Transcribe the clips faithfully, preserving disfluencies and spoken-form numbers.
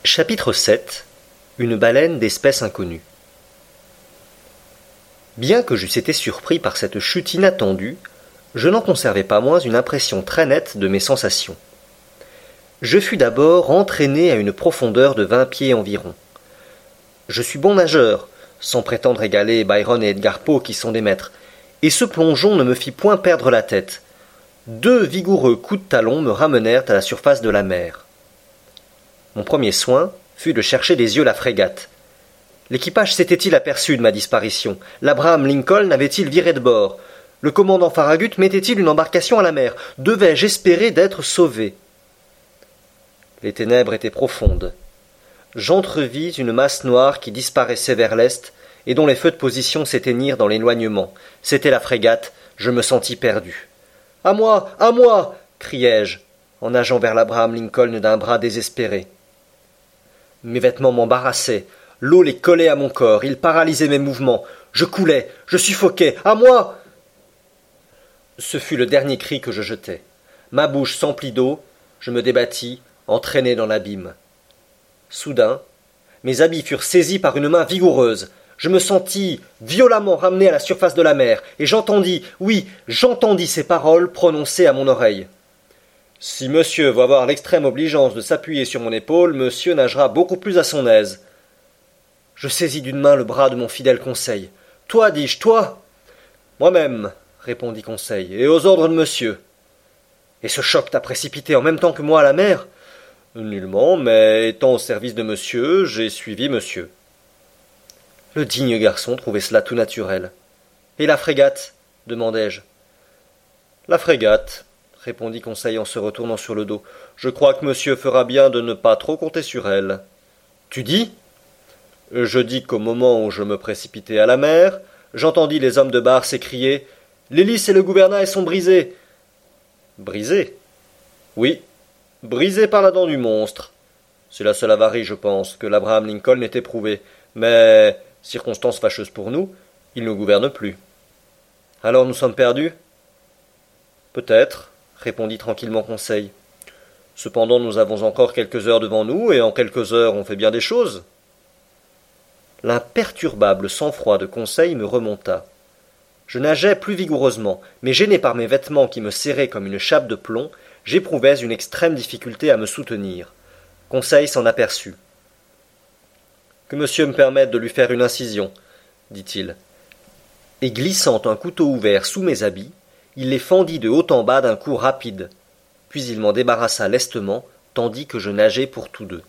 Chapitre sept. Une baleine d'espèce inconnue. Bien que j'eusse été surpris par cette chute inattendue, je n'en conservais pas moins une impression très nette de mes sensations. Je fus d'abord entraîné à une profondeur de vingt pieds environ. Je suis bon nageur, sans prétendre égaler Byron et Edgar Poe qui sont des maîtres, et ce plongeon ne me fit point perdre la tête. Deux vigoureux coups de talon me ramenèrent à la surface de la mer. Mon premier soin fut de chercher des yeux la frégate. L'équipage s'était-il aperçu de ma disparition? L'Abraham Lincoln avait-il viré de bord? Le commandant Farragut mettait-il une embarcation à la mer? Devais-je espérer d'être sauvé? Les ténèbres étaient profondes. J'entrevis une masse noire qui disparaissait vers l'est et dont les feux de position s'éteignirent dans l'éloignement. C'était la frégate, je me sentis perdu. « À moi! À moi !» criai-je, en nageant vers l'Abraham Lincoln d'un bras désespéré. Mes vêtements m'embarrassaient, l'eau les collait à mon corps, il paralysait mes mouvements, je coulais, je suffoquais, à moi! Ce fut le dernier cri que je jetai. Ma bouche s'emplit d'eau, je me débattis, entraîné dans l'abîme. Soudain, mes habits furent saisis par une main vigoureuse. Je me sentis violemment ramené à la surface de la mer, et j'entendis, oui, j'entendis ces paroles prononcées à mon oreille. Si monsieur veut avoir l'extrême obligeance de s'appuyer sur mon épaule, monsieur nagera beaucoup plus à son aise. Je saisis d'une main le bras de mon fidèle Conseil. Toi, dis-je, toi? Moi-même, répondit Conseil, et aux ordres de monsieur. Et ce choc t'a précipité en même temps que moi à la mer? Nullement, mais étant au service de monsieur, j'ai suivi monsieur. Le digne garçon trouvait cela tout naturel. Et la frégate? demandai-je. La frégate, répondit Conseil en se retournant sur le dos. Je crois que monsieur fera bien de ne pas trop compter sur elle. Tu dis? Je dis qu'au moment où je me précipitais à la mer, j'entendis les hommes de barre s'écrier « L'hélice et le gouvernail sont brisés !» Brisés? Oui, brisés par la dent du monstre. C'est la seule avarie, je pense, que l'Abraham Lincoln ait éprouvée. Mais, circonstance fâcheuse pour nous, il ne gouverne plus. Alors nous sommes perdus? Peut-être, répondit tranquillement Conseil. Cependant nous avons encore quelques heures devant nous, et en quelques heures on fait bien des choses. L'imperturbable sang-froid de Conseil me remonta. Je nageais plus vigoureusement, mais gêné par mes vêtements qui me serraient comme une chape de plomb, j'éprouvais une extrême difficulté à me soutenir. Conseil s'en aperçut. « Que monsieur me permette de lui faire une incision, » dit-il. Et glissant un couteau ouvert sous mes habits, il les fendit de haut en bas d'un coup rapide, puis il m'en débarrassa lestement, tandis que je nageais pour tous deux.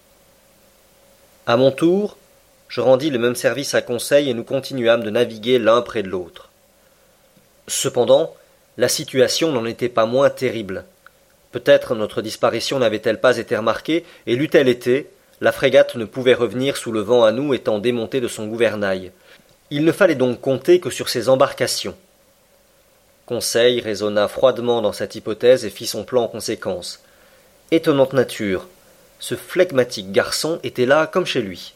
À mon tour, je rendis le même service à Conseil et nous continuâmes de naviguer l'un près de l'autre. Cependant, la situation n'en était pas moins terrible. Peut-être notre disparition n'avait-elle pas été remarquée, et l'eût-elle été, la frégate ne pouvait revenir sous le vent à nous étant démontée de son gouvernail. Il ne fallait donc compter que sur ses embarcations. Conseil raisonna froidement dans cette hypothèse et fit son plan en conséquence. Étonnante nature, ce flegmatique garçon était là comme chez lui.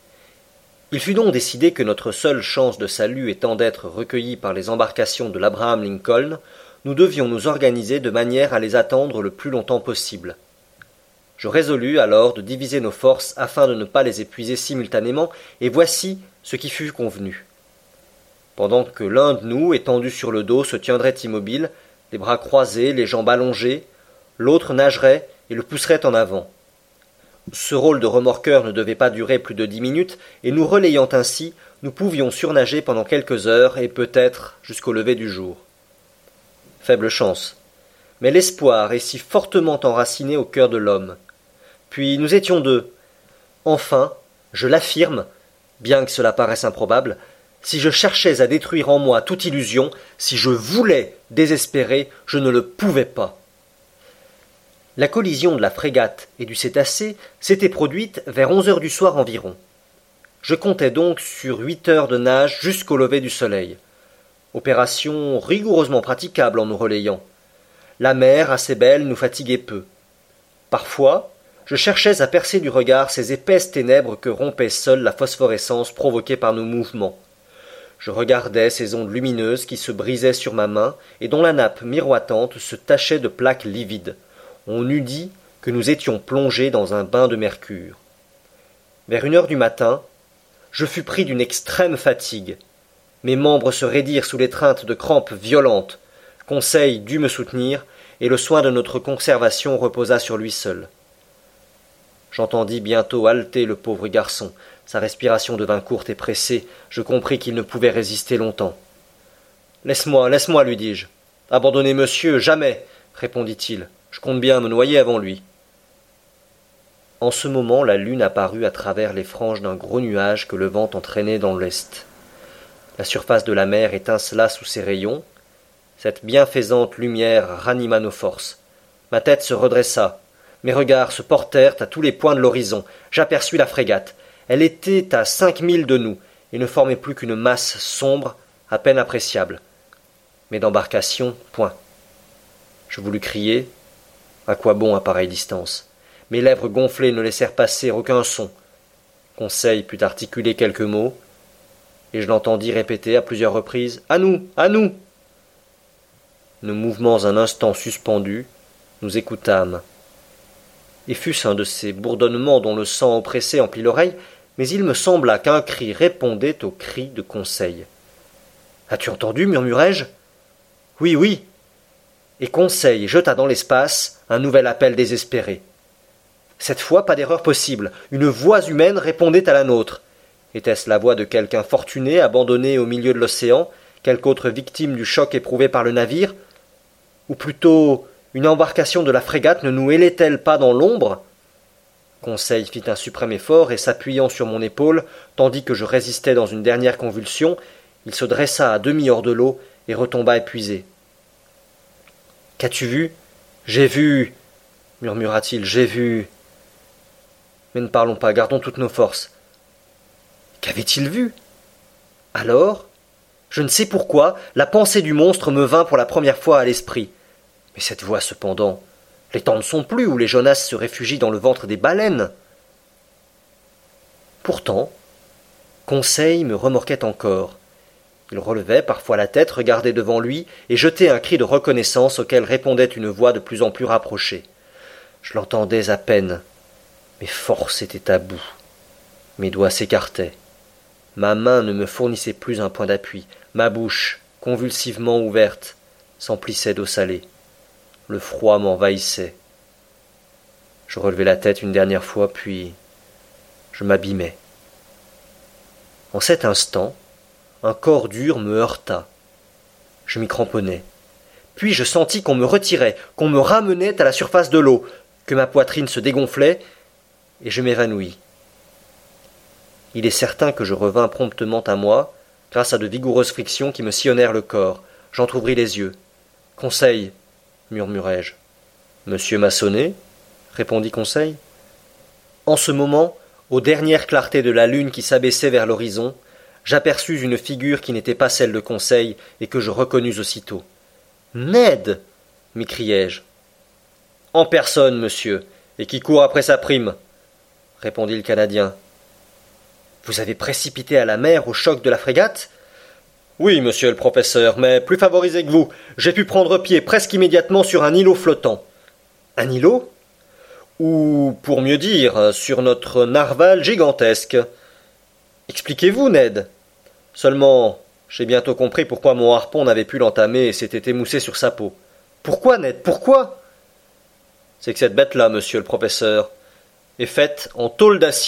Il fut donc décidé que notre seule chance de salut étant d'être recueillis par les embarcations de l'Abraham Lincoln, nous devions nous organiser de manière à les attendre le plus longtemps possible. Je résolus alors de diviser nos forces afin de ne pas les épuiser simultanément, et voici ce qui fut convenu. Pendant que l'un de nous, étendu sur le dos, se tiendrait immobile, les bras croisés, les jambes allongées, l'autre nagerait et le pousserait en avant. Ce rôle de remorqueur ne devait pas durer plus de dix minutes, et nous relayant ainsi, nous pouvions surnager pendant quelques heures et peut-être jusqu'au lever du jour. Faible chance. Mais l'espoir est si fortement enraciné au cœur de l'homme. Puis nous étions deux. Enfin, je l'affirme, bien que cela paraisse improbable, si je cherchais à détruire en moi toute illusion, si je voulais désespérer, je ne le pouvais pas. La collision de la frégate et du cétacé s'était produite vers onze heures du soir environ. Je comptais donc sur huit heures de nage jusqu'au lever du soleil. Opération rigoureusement praticable en nous relayant. La mer, assez belle, nous fatiguait peu. Parfois, je cherchais à percer du regard ces épaisses ténèbres que rompait seule la phosphorescence provoquée par nos mouvements. Je regardais ces ondes lumineuses qui se brisaient sur ma main et dont la nappe miroitante se tachait de plaques livides. On eût dit que nous étions plongés dans un bain de mercure. Vers une heure du matin, je fus pris d'une extrême fatigue. Mes membres se raidirent sous l'étreinte de crampes violentes. Conseil dut me soutenir, et le soin de notre conservation reposa sur lui seul. J'entendis bientôt haleter le pauvre garçon. Sa respiration devint courte et pressée. Je compris qu'il ne pouvait résister longtemps. « Laisse-moi, laisse-moi, lui dis-je. Abandonnez monsieur, jamais, répondit-il. Je compte bien me noyer avant lui. En ce moment, la lune apparut à travers les franges d'un gros nuage que le vent entraînait dans l'est. La surface de la mer étincela sous ses rayons. Cette bienfaisante lumière ranima nos forces. Ma tête se redressa. Mes regards se portèrent à tous les points de l'horizon. J'aperçus la frégate. Elle était à cinq milles de nous et ne formait plus qu'une masse sombre, à peine appréciable. Mais d'embarcation, point. Je voulus crier. À quoi bon à pareille distance? Mes lèvres gonflées ne laissèrent passer aucun son. Conseil put articuler quelques mots, et je l'entendis répéter à plusieurs reprises « À nous! À nous !» Nos mouvements un instant suspendus, nous écoutâmes. Et fut-ce un de ces bourdonnements dont le sang oppressé emplit l'oreille, mais il me sembla qu'un cri répondait au cri de Conseil. « As-tu entendu » murmurai-je. « Oui, oui !» Et Conseil jeta dans l'espace un nouvel appel désespéré. Cette fois, pas d'erreur possible. Une voix humaine répondait à la nôtre. Était-ce la voix de quelque infortuné abandonné au milieu de l'océan, quelque autre victime du choc éprouvé par le navire? Ou plutôt, une embarcation de la frégate ne nous hélait-elle pas dans l'ombre? Conseil fit un suprême effort et, s'appuyant sur mon épaule, tandis que je résistais dans une dernière convulsion, il se dressa à demi hors de l'eau et retomba épuisé. « Qu'as-tu vu ?»« J'ai vu, » murmura-t-il, « j'ai vu. » Mais ne parlons pas, gardons toutes nos forces. Qu'avait-il vu? Alors, je ne sais pourquoi, la pensée du monstre me vint pour la première fois à l'esprit. Mais cette voix, cependant, les temps ne sont plus où les Jonas se réfugient dans le ventre des baleines. Pourtant, Conseil me remorquait encore. Il relevait parfois la tête, regardait devant lui et jetait un cri de reconnaissance auquel répondait une voix de plus en plus rapprochée. Je l'entendais à peine. Mes forces étaient à bout. Mes doigts s'écartaient. Ma main ne me fournissait plus un point d'appui. Ma bouche, convulsivement ouverte, s'emplissait d'eau salée. Le froid m'envahissait. Je relevai la tête une dernière fois, puis je m'abîmais. En cet instant, un corps dur me heurta. Je m'y cramponnai. Puis je sentis qu'on me retirait, qu'on me ramenait à la surface de l'eau, que ma poitrine se dégonflait, et je m'évanouis. Il est certain que je revins promptement à moi, grâce à de vigoureuses frictions qui me sillonnèrent le corps. J'entr'ouvris les yeux. « Conseil !» murmurai-je. « Monsieur m'a sonné ?» répondit Conseil. En ce moment, aux dernières clartés de la lune qui s'abaissait vers l'horizon, j'aperçus une figure qui n'était pas celle de Conseil et que je reconnus aussitôt. « Ned !» m'écriai-je. « En personne, monsieur, et qui court après sa prime !» répondit le Canadien. « Vous avez précipité à la mer au choc de la frégate ?»« Oui, monsieur le professeur, mais plus favorisé que vous. J'ai pu prendre pied presque immédiatement sur un îlot flottant. »« Un îlot ?»« Ou, pour mieux dire, sur notre narval gigantesque. »« Expliquez-vous, Ned. » Seulement, j'ai bientôt compris pourquoi mon harpon n'avait pu l'entamer et s'était émoussé sur sa peau. « Pourquoi, Ned, pourquoi ?»« C'est que cette bête-là, monsieur le professeur, est faite en tôle d'acier. »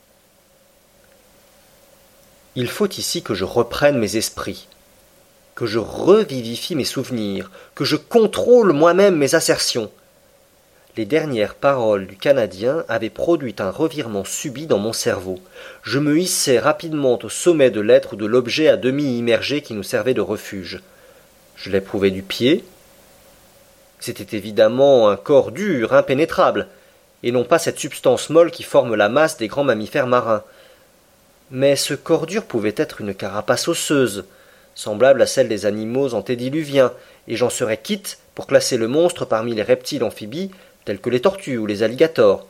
Il faut ici que je reprenne mes esprits, que je revivifie mes souvenirs, que je contrôle moi-même mes assertions. Les dernières paroles du Canadien avaient produit un revirement subit dans mon cerveau. Je me hissai rapidement au sommet de l'être ou de l'objet à demi immergé qui nous servait de refuge. Je l'éprouvai du pied. C'était évidemment un corps dur, impénétrable, et non pas cette substance molle qui forme la masse des grands mammifères marins. Mais ce corps dur pouvait être une carapace osseuse, semblable à celle des animaux antédiluviens, et j'en serais quitte pour classer le monstre parmi les reptiles amphibies tels que les tortues ou les alligators.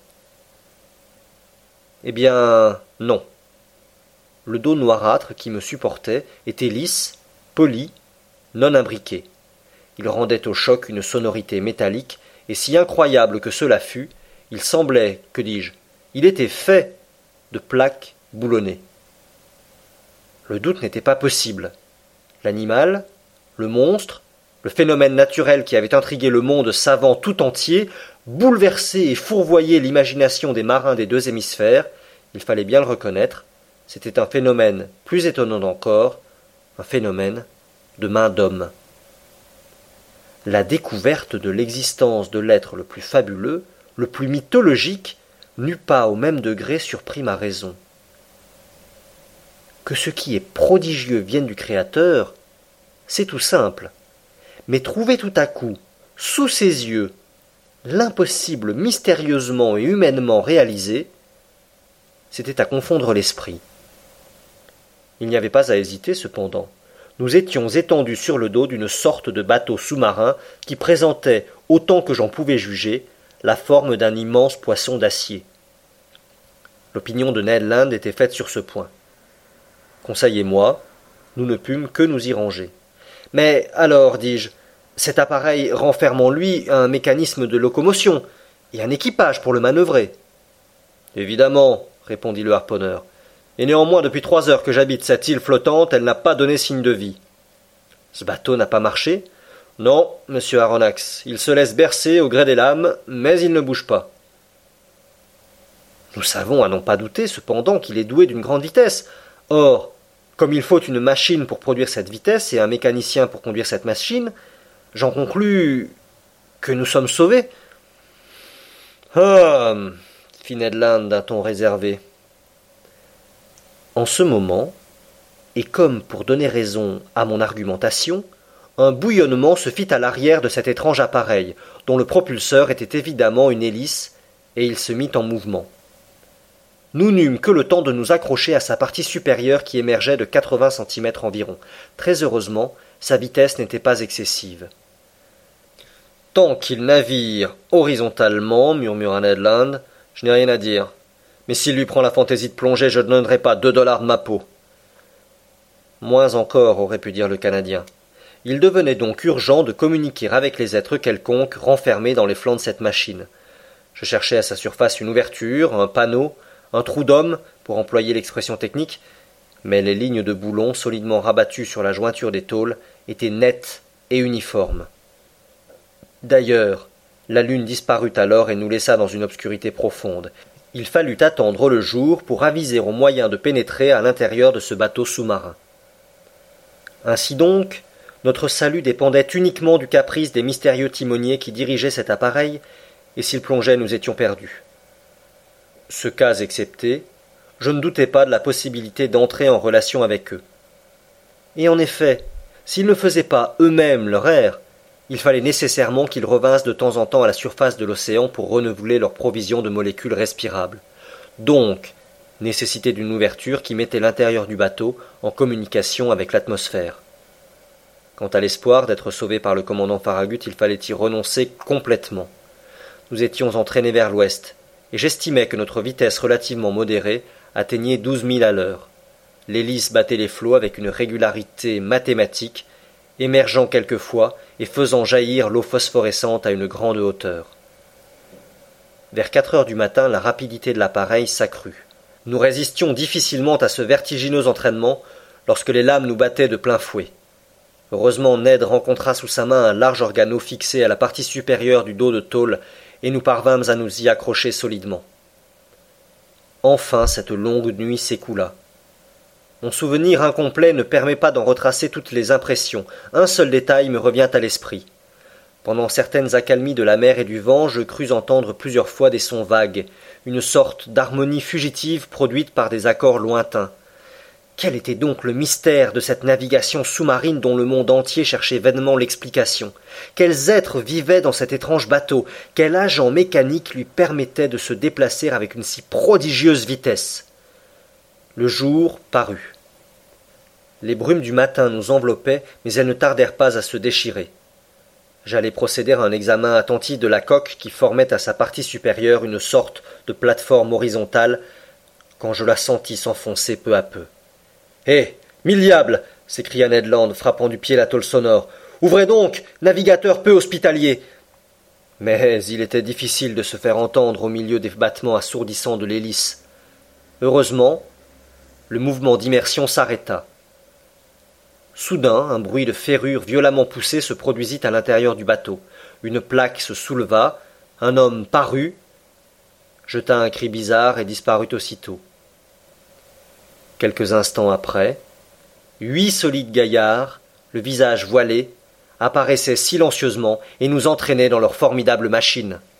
Eh bien, non. Le dos noirâtre qui me supportait était lisse, poli, non imbriqué. Il rendait au choc une sonorité métallique, et si incroyable que cela fût, il semblait, que dis-je, il était fait de plaques boulonnées. Le doute n'était pas possible. L'animal, le monstre, le phénomène naturel qui avait intrigué le monde savant tout entier, bouleversé et fourvoyé l'imagination des marins des deux hémisphères, il fallait bien le reconnaître, c'était un phénomène plus étonnant encore, un phénomène de main d'homme. La découverte de l'existence de l'être le plus fabuleux, le plus mythologique, n'eût pas au même degré surpris ma raison. Que ce qui est prodigieux vienne du Créateur, c'est tout simple. Mais trouver tout à coup, sous ses yeux, l'impossible mystérieusement et humainement réalisé, c'était à confondre l'esprit. Il n'y avait pas à hésiter cependant. Nous étions étendus sur le dos d'une sorte de bateau sous-marin qui présentait, autant que j'en pouvais juger, la forme d'un immense poisson d'acier. L'opinion de Ned Land était faite sur ce point. Conseil et moi, nous ne pûmes que nous y ranger. Mais alors, dis-je, cet appareil renferme en lui un mécanisme de locomotion et un équipage pour le manœuvrer. Évidemment, répondit le harponneur. Et néanmoins, depuis trois heures que j'habite cette île flottante, elle n'a pas donné signe de vie. Ce bateau n'a pas marché? Non, monsieur Aronnax, il se laisse bercer au gré des lames, mais il ne bouge pas. Nous savons à n'en pas douter, cependant, qu'il est doué d'une grande vitesse. Or, comme il faut une machine pour produire cette vitesse et un mécanicien pour conduire cette machine, j'en conclus que nous sommes sauvés. Ah, fit Ned Land d'un ton réservé. En ce moment, et comme pour donner raison à mon argumentation, un bouillonnement se fit à l'arrière de cet étrange appareil, dont le propulseur était évidemment une hélice, et il se mit en mouvement. Nous n'eûmes que le temps de nous accrocher à sa partie supérieure qui émergeait de quatre-vingts centimètres environ. Très heureusement, sa vitesse n'était pas excessive. Tant qu'il navire horizontalement, murmura Ned Land, je n'ai rien à dire. Mais s'il lui prend la fantaisie de plonger, je ne donnerai pas deux dollars de ma peau. Moins encore, aurait pu dire le Canadien. Il devenait donc urgent de communiquer avec les êtres quelconques renfermés dans les flancs de cette machine. Je cherchais à sa surface une ouverture, un panneau, un trou d'homme, pour employer l'expression technique, mais les lignes de boulons solidement rabattues sur la jointure des tôles étaient nettes et uniformes. D'ailleurs, la lune disparut alors et nous laissa dans une obscurité profonde. Il fallut attendre le jour pour aviser aux moyens de pénétrer à l'intérieur de ce bateau sous-marin. Ainsi donc, notre salut dépendait uniquement du caprice des mystérieux timoniers qui dirigeaient cet appareil, et s'ils plongeaient, nous étions perdus. Ce cas excepté, je ne doutais pas de la possibilité d'entrer en relation avec eux. Et en effet, s'ils ne faisaient pas eux-mêmes leur air, il fallait nécessairement qu'ils revinssent de temps en temps à la surface de l'océan pour renouveler leurs provisions de molécules respirables. Donc, nécessité d'une ouverture qui mettait l'intérieur du bateau en communication avec l'atmosphère. Quant à l'espoir d'être sauvé par le commandant Farragut, il fallait y renoncer complètement. Nous étions entraînés vers l'ouest, et j'estimais que notre vitesse relativement modérée atteignait douze milles à l'heure. L'hélice battait les flots avec une régularité mathématique, émergeant quelquefois et faisant jaillir l'eau phosphorescente à une grande hauteur. Vers quatre heures du matin, la rapidité de l'appareil s'accrut. Nous résistions difficilement à ce vertigineux entraînement lorsque les lames nous battaient de plein fouet. Heureusement, Ned rencontra sous sa main un large organeau fixé à la partie supérieure du dos de tôle et nous parvînmes à nous y accrocher solidement. Enfin, cette longue nuit s'écoula. Mon souvenir incomplet ne permet pas d'en retracer toutes les impressions. Un seul détail me revient à l'esprit. Pendant certaines accalmies de la mer et du vent, je crus entendre plusieurs fois des sons vagues, une sorte d'harmonie fugitive produite par des accords lointains. Quel était donc le mystère de cette navigation sous-marine dont le monde entier cherchait vainement l'explication? Quels êtres vivaient dans cet étrange bateau? Quel agent mécanique lui permettait de se déplacer avec une si prodigieuse vitesse? Le jour parut. Les brumes du matin nous enveloppaient, mais elles ne tardèrent pas à se déchirer. J'allais procéder à un examen attentif de la coque qui formait à sa partie supérieure une sorte de plateforme horizontale, quand je la sentis s'enfoncer peu à peu. « Hé, mille diables !» s'écria Ned Land, frappant du pied la tôle sonore. « Ouvrez donc, navigateur peu hospitalier !» Mais il était difficile de se faire entendre au milieu des battements assourdissants de l'hélice. Heureusement, le mouvement d'immersion s'arrêta. Soudain, un bruit de ferrure violemment poussée se produisit à l'intérieur du bateau. Une plaque se souleva, un homme parut, jeta un cri bizarre et disparut aussitôt. Quelques instants après, huit solides gaillards, le visage voilé, apparaissaient silencieusement et nous entraînaient dans leur formidable machine.